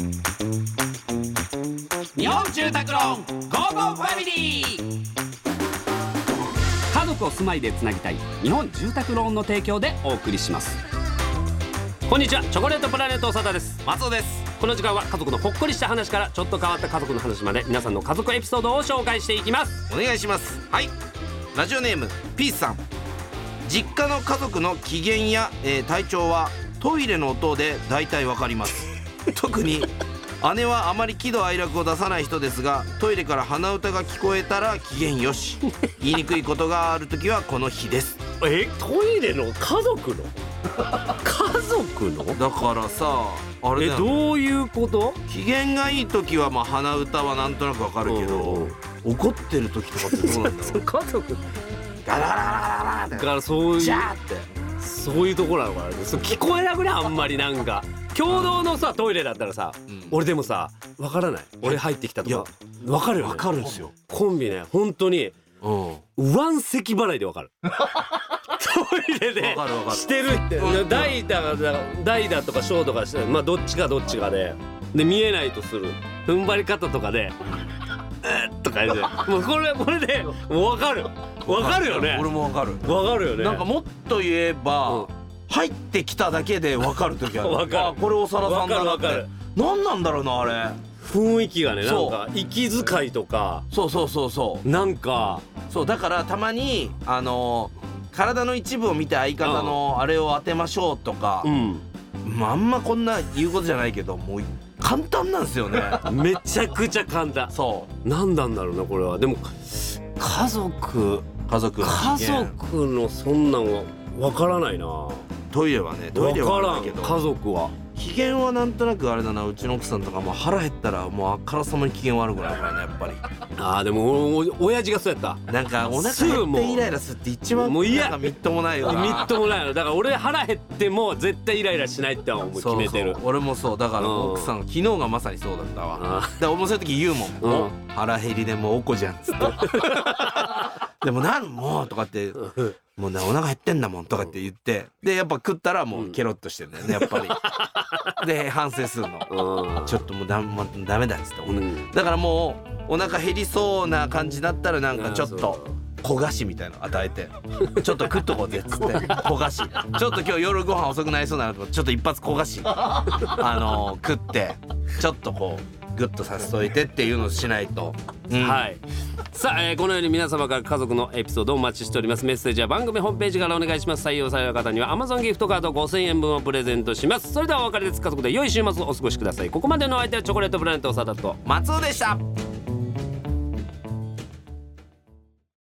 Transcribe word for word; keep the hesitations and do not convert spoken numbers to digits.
日本住宅ローンゴーゴーファミリー。家族を住まいでつなぎたい日本住宅ローンの提供でお送りします。こんにちは、チョコレートプラネット長田です。 松尾です。 この時間は家族のほっこりした話からちょっと変わった家族の話まで皆さんの家族エピソードを紹介していきます。 お願いします。はい、ラジオネームピースさん。実家の家族の機嫌や、えー、体調はトイレの音で大体わかります特に姉はあまり喜怒哀楽を出さない人ですが、トイレから鼻歌が聞こえたら機嫌よし言いにくいことがあるときはこの日です。 え、トイレの家族の家族のだからさ、あれだよ、ね、 え、どういうこと？ 機嫌がいいときはまあ鼻歌はなんとなくわかるけど、うんうん、怒ってるときとかってどうなんだろう家族ガラガラガラガラってだからそういうジャーってそういうところなのかな。そう聞こえなくね、あんまりなんか共同のさトイレだったらさ、うん、俺でもさわからない、俺入ってきたとかわかるよね。 わかるんですよ。 コンビね、本当に、うん、ワン席払いでわかるトイレでしてるって代打が代打とかショーとかして、まあどっちかどっちかでで見えないとする踏ん張り方とかでえっとか言ってもうこれこれでわかるわかるよね。 俺もわかるわかるよね。 なんかもっと言えば、うん、入ってきただけでわかるときはわかる。あ、 これお皿さんだなって。何なんだろうなあれ。 雰囲気がね、なんか息遣いとか、 そうそうそうそうなんかそうだからたまにあのー、体の一部を見て相方のあれを当てましょうとか、うん、まあ、あんまこんな言うことじゃないけどもう簡単なんですよねめちゃくちゃ簡単。そうなんなんだろうなこれは。でも家族家族の家族のそんなんはわからないな。 トイレはね、トイレはわからんけど家族は機嫌はなんとなくあれだな。うちの奥さんとかも腹減ったらもうあからさまに機嫌悪くなるからね、やっぱり。 あーでもお親父がそうやった。 なんかお腹減ってイライラするって一番もうなんかみっともないよな。 みっともないの。だから俺腹減っても絶対イライラしないって思う決めてる。 そうそう俺もそうだから奥さん昨日がまさにそうだったわ。だから面白い時言うもん、うん、腹減りでもうおこじゃんっつってでもなんもうとかってもうねお腹減ってんだもんとかって言ってでやっぱ食ったらもうケロッとしてんだよねやっぱりで反省するのちょっともうダメ、ダメだっつって、うん、だからもうお腹減りそうな感じだったらなんかちょっと焦がしみたいなの与えてちょっと食っとこうぜっつって焦がしちょっと今日夜ご飯遅くなりそうなのちょっと一発焦がしあのー、食ってちょっとこうグッとさせといてっていうのをしないと、うん、はい。さあ、えー、このように皆様から家族のエピソードをお待ちしております。メッセージは番組ホームページからお願いします。採用された方には Amazon ギフトカードごせんえんぶんをプレゼントします。それではお別れです。家族で良い週末をお過ごしください。ここまでのお相手はチョコレートプラネット長田と松尾でした。